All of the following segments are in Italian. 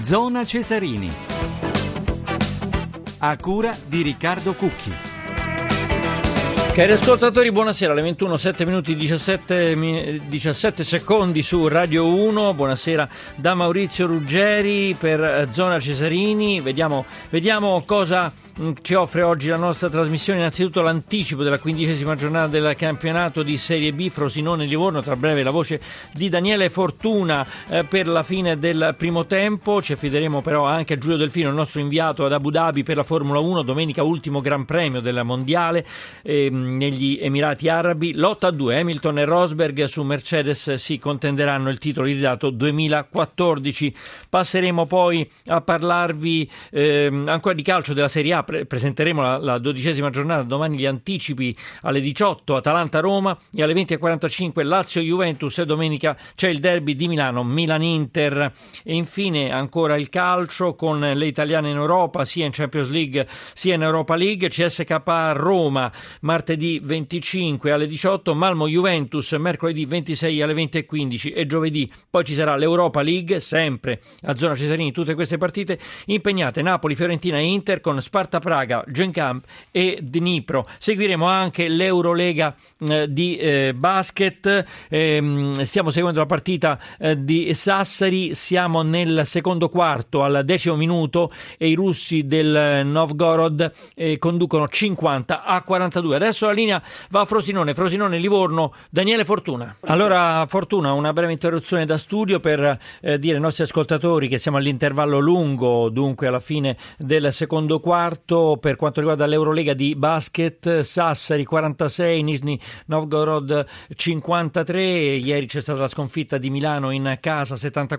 Zona Cesarini, a cura di Riccardo Cucchi. Cari ascoltatori, buonasera, alle 21, 7 minuti 17 secondi su Radio 1. Buonasera da Maurizio Ruggeri per Zona Cesarini. Vediamo cosa ci offre oggi la nostra trasmissione. Innanzitutto l'anticipo della 15ª giornata del campionato di Serie B Frosinone-Livorno. Tra breve la voce di Daniele Fortuna per la fine del primo tempo. Ci affideremo però anche a Giulio Delfino, il nostro inviato ad Abu Dhabi per la Formula 1. Domenica ultimo Gran Premio del Mondiale negli Emirati Arabi. Lotta a due, Hamilton e Rosberg su Mercedes si contenderanno il titolo iridato 2014. Passeremo poi a parlarvi ancora di calcio della Serie A. Presenteremo la 12ª giornata, domani gli anticipi alle 18 Atalanta-Roma e alle 20:45 Lazio-Juventus, e domenica c'è il derby di Milano, Milan-Inter. E infine ancora il calcio con le italiane in Europa, sia in Champions League sia in Europa League. CSKA Roma martedì 25 alle 18, Malmo-Juventus mercoledì 26 alle 20:15 e giovedì poi ci sarà l'Europa League, sempre a Zona Cesarini. Tutte queste partite impegnate Napoli, Fiorentina e Inter con Sparta Praga, Genkamp e Dnipro. Seguiremo anche l'Eurolega di basket. Stiamo seguendo la partita di Sassari, siamo nel secondo quarto al 10° minuto e i russi del Novgorod conducono 50-42. Adesso la linea va a Frosinone-Livorno. Daniele Fortuna. Allora Fortuna, una breve interruzione da studio per dire ai nostri ascoltatori che siamo all'intervallo lungo, dunque alla fine del secondo quarto. Per quanto riguarda l'Eurolega di basket, Sassari 46, Nizhny Novgorod 53. Ieri c'è stata la sconfitta di Milano in casa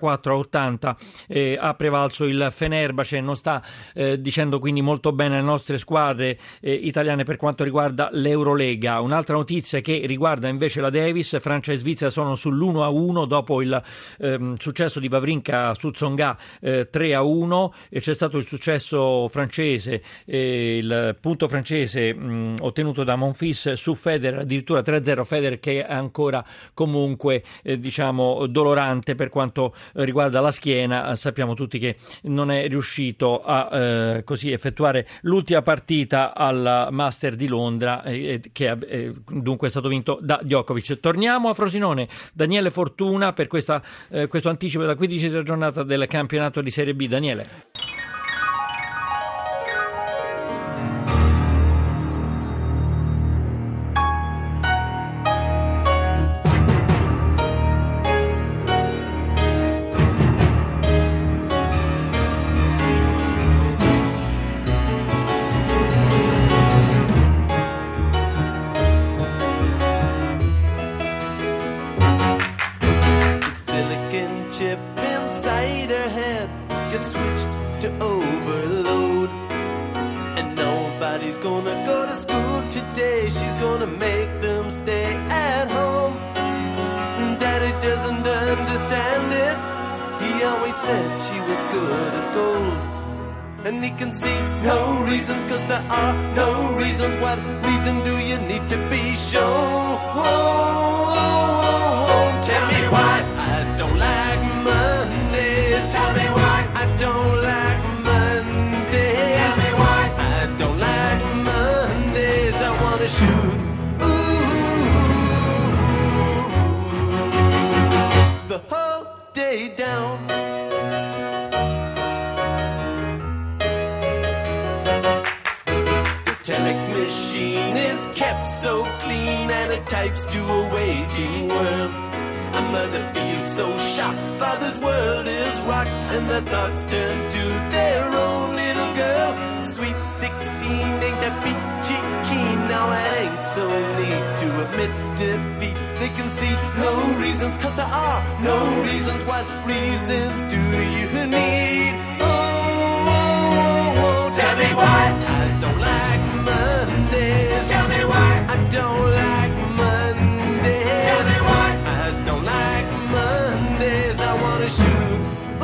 74-80, ha prevalso il Fenerbahce. Non sta dicendo quindi molto bene le nostre squadre italiane per quanto riguarda l'Eurolega. Un'altra notizia che riguarda invece la Davis: Francia e Svizzera sono sull'1-1 dopo il successo di Wawrinka su Tsonga 3-1, e c'è stato il successo francese, il punto francese ottenuto da Monfils su Federer, addirittura 3-0. Federer che è ancora comunque dolorante per quanto riguarda la schiena. Sappiamo tutti che non è riuscito a così effettuare l'ultima partita al Master di Londra, che dunque è stato vinto da Djokovic. Torniamo a Frosinone. Daniele Fortuna per questo anticipo della 15ª giornata del campionato di Serie B. Daniele. And he can see no reasons, cause there are no reasons. What reason do you need to be shown? Tell me why I don't like Mondays. Tell me why I don't like Mondays. Tell me why I don't like Mondays. I wanna shoot the whole day down. Telex machine is kept so clean and it types to a waiting world. A mother feels so shocked, father's world is rocked, and the thoughts turn to their own little girl. Sweet 16 ain't that peachy keen, now it ain't so neat to admit defeat. They can see no reasons, cause there are no reasons. What reasons do you need? Tell me why I don't like Mondays. Tell me why I don't like Mondays. Tell me why I don't like Mondays. I wanna shoot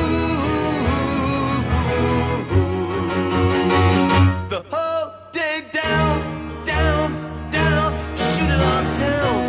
the whole day down, down, down. Shoot it all down.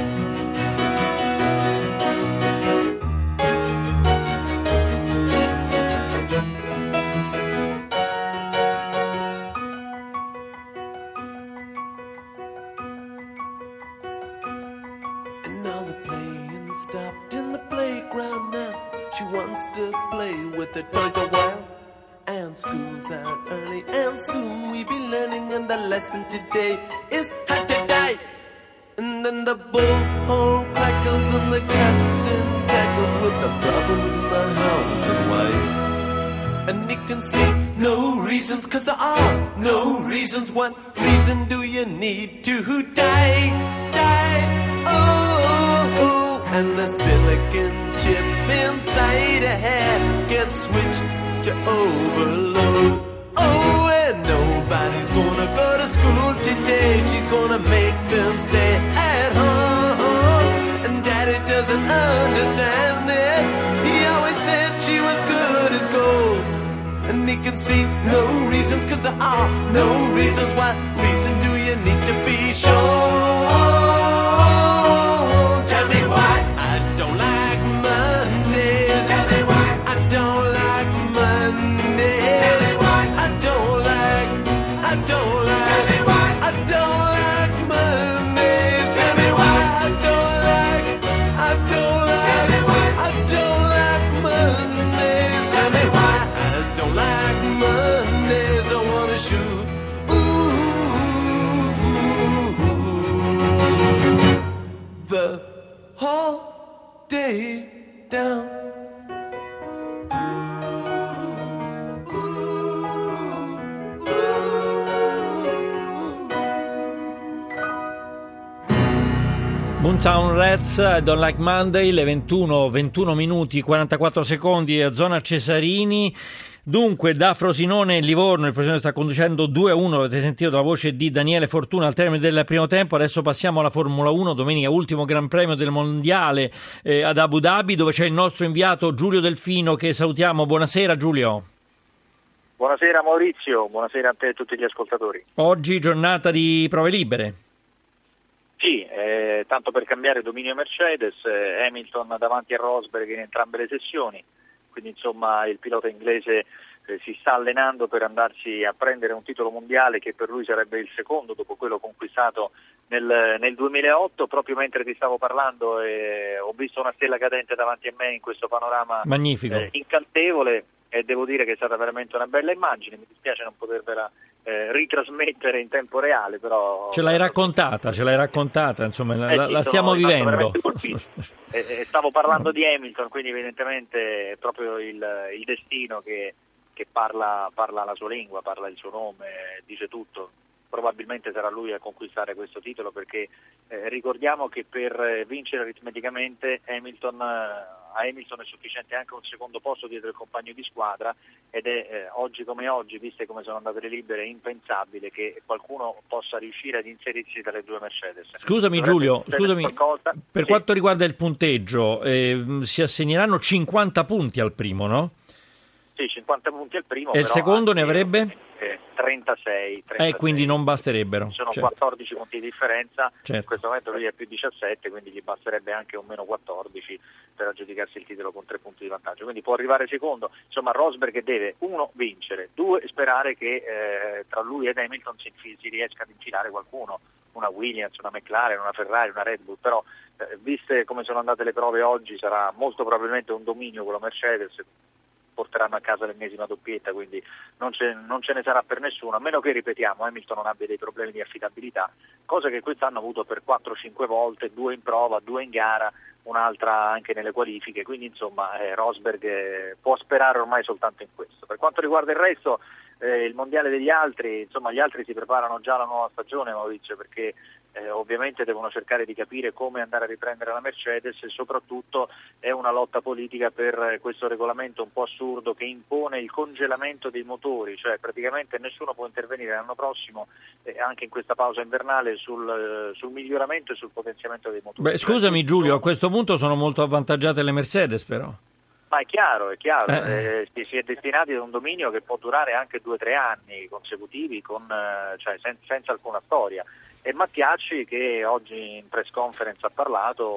stopped in the playground now. She wants to play with the toys a while. And school's out early, and soon we be learning. And the lesson today is how to die. And then the bullhorn crackles and the captain tackles with the problems in the house and wife. And he can see no reasons, 'cause there are no reasons. What reason do you need to die? Die, oh. And the silicon chip inside her head gets switched to overload. Oh, and nobody's gonna go to school today. She's gonna make them stay at home. And Daddy doesn't understand it. He always said she was good as gold. And he can see no reasons, 'cause there are no reasons. What reason do you need to be sure? Tell me why I don't like Mondays. Tell me why I don't like Mondays. Tell me why I don't like. Tell me why I don't like Mondays. Tell me why I don't like. Tell me why I don't like Mondays. Tell me why I don't like Mondays. I wanna shoot. The whole day down. Moontown Rats, I Don't Like Monday, le 21 minuti 44 secondi a zona Cesarini. Dunque, da Frosinone Livorno, il Frosinone sta conducendo 2-1, avete sentito la voce di Daniele Fortuna al termine del primo tempo. Adesso passiamo alla Formula 1, domenica ultimo Gran Premio del Mondiale ad Abu Dhabi, dove c'è il nostro inviato Giulio Delfino, che salutiamo. Buonasera Giulio. Buonasera Maurizio, buonasera a te e a tutti gli ascoltatori. Oggi giornata di prove libere. Sì, tanto per cambiare dominio Mercedes, Hamilton davanti a Rosberg in entrambe le sessioni, quindi insomma il pilota inglese si sta allenando per andarsi a prendere un titolo mondiale che per lui sarebbe il secondo dopo quello conquistato nel 2008. Proprio mentre ti stavo parlando ho visto una stella cadente davanti a me in questo panorama Magnifico. Incantevole, e devo dire che è stata veramente una bella immagine. Mi dispiace non potervela ritrasmettere in tempo reale, però ce l'hai raccontata, insomma la sì, stiamo vivendo. Stavo parlando di Hamilton, quindi evidentemente è proprio il destino che parla la sua lingua, parla il suo nome, dice tutto. Probabilmente sarà lui a conquistare questo titolo, perché ricordiamo che per vincere aritmeticamente a Hamilton è sufficiente anche un secondo posto dietro il compagno di squadra, ed è oggi come oggi, viste come sono andate le libere, impensabile che qualcuno possa riuscire ad inserirsi tra le due Mercedes. Scusami Giulio, per sì. Quanto riguarda il punteggio, si assegneranno 50 punti al primo, no? Sì, 50 punti al primo. E il secondo ne avrebbe? 36. Quindi non basterebbero. Sono certo. 14 punti di differenza, certo. In questo momento lui è più 17, quindi gli basterebbe anche un meno 14 per aggiudicarsi il titolo con 3 punti di vantaggio, quindi può arrivare secondo. Insomma, Rosberg deve 1 vincere, 2 sperare che tra lui ed Hamilton si riesca ad infilare qualcuno, una Williams, una McLaren, una Ferrari, una Red Bull, però viste come sono andate le prove oggi sarà molto probabilmente un dominio quello Mercedes. Porteranno a casa l'ennesima doppietta, quindi non ce ne sarà per nessuno, a meno che, ripetiamo, Hamilton non abbia dei problemi di affidabilità, cosa che quest'anno ha avuto per 4-5 volte, 2 in prova, 2 in gara, un'altra anche nelle qualifiche, quindi insomma Rosberg può sperare ormai soltanto in questo. Per quanto riguarda il resto, il mondiale degli altri, insomma gli altri si preparano già alla nuova stagione, Maurizio, perché ovviamente devono cercare di capire come andare a riprendere la Mercedes, e soprattutto è una lotta politica per questo regolamento un po' assurdo che impone il congelamento dei motori, cioè praticamente nessuno può intervenire l'anno prossimo, anche in questa pausa invernale, sul miglioramento e sul potenziamento dei motori. Beh, scusami Giulio, a questo punto sono molto avvantaggiate le Mercedes però. Ma è chiaro, si è destinati ad un dominio che può durare anche 2-3 anni consecutivi, senza alcuna storia. E Mattiacci, che oggi in press conference ha parlato,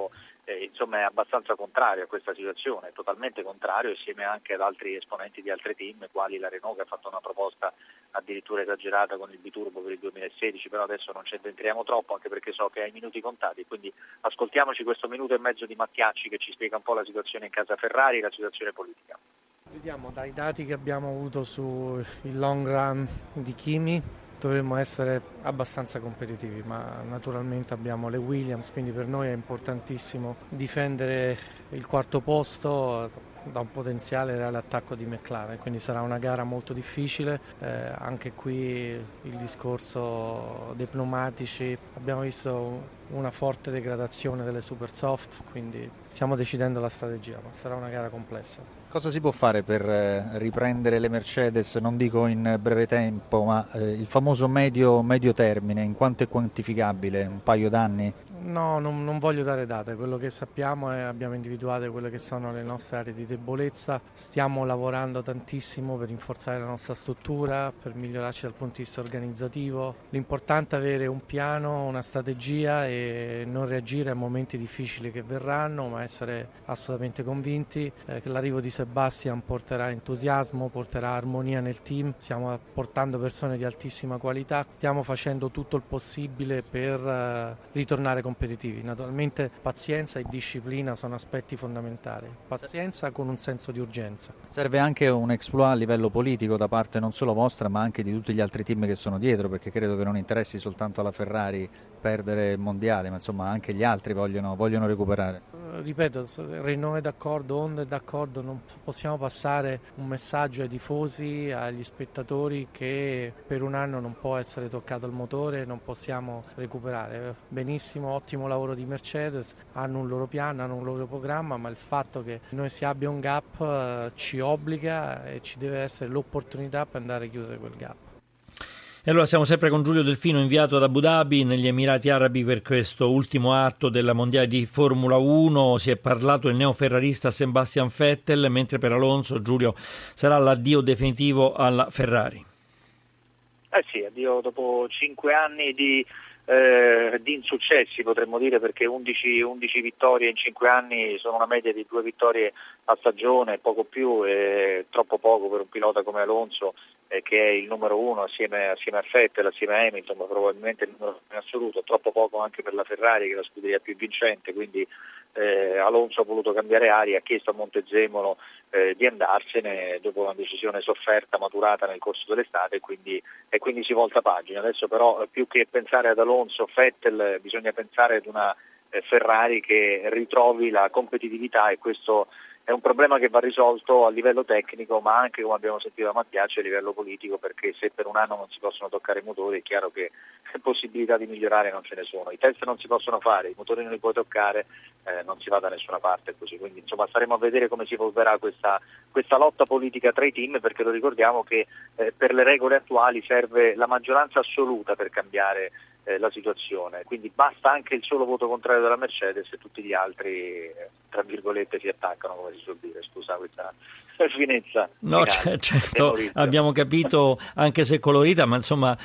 insomma è abbastanza contrario a questa situazione, totalmente contrario, insieme anche ad altri esponenti di altri team, quali la Renault, che ha fatto una proposta addirittura esagerata con il biturbo per il 2016, però adesso non ci addentriamo troppo, anche perché so che hai minuti contati, quindi ascoltiamoci questo minuto e mezzo di Mattiacci che ci spiega un po' la situazione in casa Ferrari e la situazione politica. Vediamo dai dati che abbiamo avuto sul long run di Kimi, dovremmo essere abbastanza competitivi, ma naturalmente abbiamo le Williams, quindi per noi è importantissimo difendere il quarto posto da un potenziale reale attacco di McLaren, quindi sarà una gara molto difficile. Anche qui il discorso dei pneumatici, abbiamo visto una forte degradazione delle super soft, quindi stiamo decidendo la strategia, ma sarà una gara complessa. Cosa si può fare per riprendere le Mercedes, non dico in breve tempo, ma il famoso medio termine, in quanto è quantificabile? Un paio d'anni? No, non voglio dare date, quello che sappiamo è abbiamo individuato quelle che sono le nostre aree di debolezza, stiamo lavorando tantissimo per rinforzare la nostra struttura, per migliorarci dal punto di vista organizzativo. L'importante è avere un piano, una strategia e non reagire a momenti difficili che verranno, ma essere assolutamente convinti che l'arrivo di Sebastian porterà entusiasmo, porterà armonia nel team, stiamo portando persone di altissima qualità, stiamo facendo tutto il possibile per ritornare competitivi. Naturalmente pazienza e disciplina sono aspetti fondamentali, pazienza con un senso di urgenza. Serve anche un exploit a livello politico da parte non solo vostra ma anche di tutti gli altri team che sono dietro, perché credo che non interessi soltanto alla Ferrari perdere il mondiale, ma insomma anche gli altri vogliono recuperare. Ripeto, Renault è d'accordo, Honda è d'accordo, non possiamo passare un messaggio ai tifosi, agli spettatori che per un anno non può essere toccato il motore, non possiamo recuperare. Benissimo, ottimo lavoro di Mercedes, hanno un loro piano, hanno un loro programma, ma il fatto che noi si abbia un gap ci obbliga e ci deve essere l'opportunità per andare a chiudere quel gap. E allora siamo sempre con Giulio Delfino, inviato ad Abu Dhabi negli Emirati Arabi per questo ultimo atto della mondiale di Formula 1. Si è parlato del neoferrarista Sebastian Vettel, mentre per Alonso, Giulio, sarà l'addio definitivo alla Ferrari. Sì, addio dopo 5 anni di insuccessi, potremmo dire, perché 11 vittorie in 5 anni sono una media di 2 vittorie a stagione, poco più, troppo poco per un pilota come Alonso, che è il numero 1 assieme a Vettel, assieme a Hamilton, ma probabilmente il numero in assoluto, troppo poco anche per la Ferrari, che è la scuderia più vincente, quindi Alonso ha voluto cambiare aria, ha chiesto a Montezemolo di andarsene dopo una decisione sofferta, maturata nel corso dell'estate, e quindi si volta pagina. Adesso però più che pensare ad Alonso, Vettel, bisogna pensare ad una Ferrari che ritrovi la competitività, e questo è un problema che va risolto a livello tecnico, ma anche, come abbiamo sentito da Mattiacci, a livello politico, perché se per un anno non si possono toccare i motori è chiaro che possibilità di migliorare non ce ne sono. I test non si possono fare, i motori non li puoi toccare, non si va da nessuna parte così. Quindi insomma staremo a vedere come si evolverà questa lotta politica tra i team, perché lo ricordiamo che per le regole attuali serve la maggioranza assoluta per cambiare la situazione, quindi basta anche il solo voto contrario della Mercedes e tutti gli altri tra virgolette si attaccano, come si suol dire, scusa questa finezza. No, certo, abbiamo capito, anche se colorita, ma insomma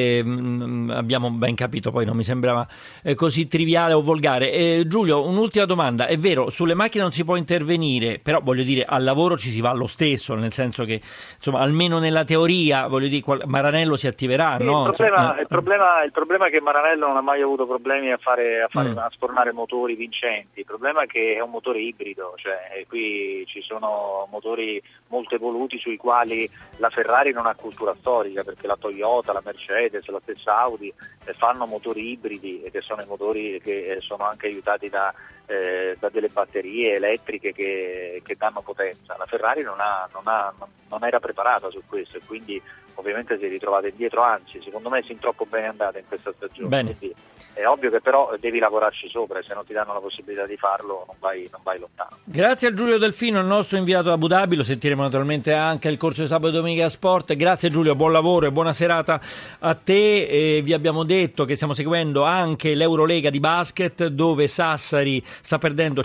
abbiamo ben capito, poi non mi sembrava così triviale o volgare. Giulio, un'ultima domanda: è vero, sulle macchine non si può intervenire, però voglio dire al lavoro ci si va lo stesso, nel senso che insomma almeno nella teoria, voglio dire, Maranello si attiverà, sì, no? Il problema è che Maranello non ha mai avuto problemi a sfornare motori vincenti. Il problema è che è un motore ibrido, cioè qui ci sono motori molto evoluti sui quali la Ferrari non ha cultura storica, perché la Toyota, la Mercedes, la stessa Audi fanno motori ibridi, che sono i motori che sono anche aiutati da delle batterie elettriche che danno potenza. La Ferrari non era preparata su questo, e quindi ovviamente si è ritrovata indietro, anzi secondo me è sin troppo bene andata in questa stagione. Quindi è ovvio che però devi lavorarci sopra, e se non ti danno la possibilità di farlo non vai lontano. Grazie a Giulio Delfino, il nostro inviato a Abu Dhabi, lo sentiremo naturalmente anche al corso di sabato e domenica Sport. Grazie Giulio, buon lavoro e buona serata a te. Vi abbiamo detto che stiamo seguendo anche l'Eurolega di basket, dove Sassari sta perdendo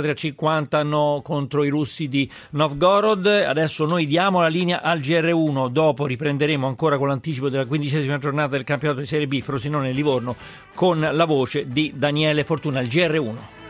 53-50 contro i russi di Novgorod. Adesso noi diamo la linea al GR1, dopo riprenderemo ancora con l'anticipo della 15ª giornata del campionato di Serie B Frosinone-Livorno con la voce di Daniele Fortuna, il GR1.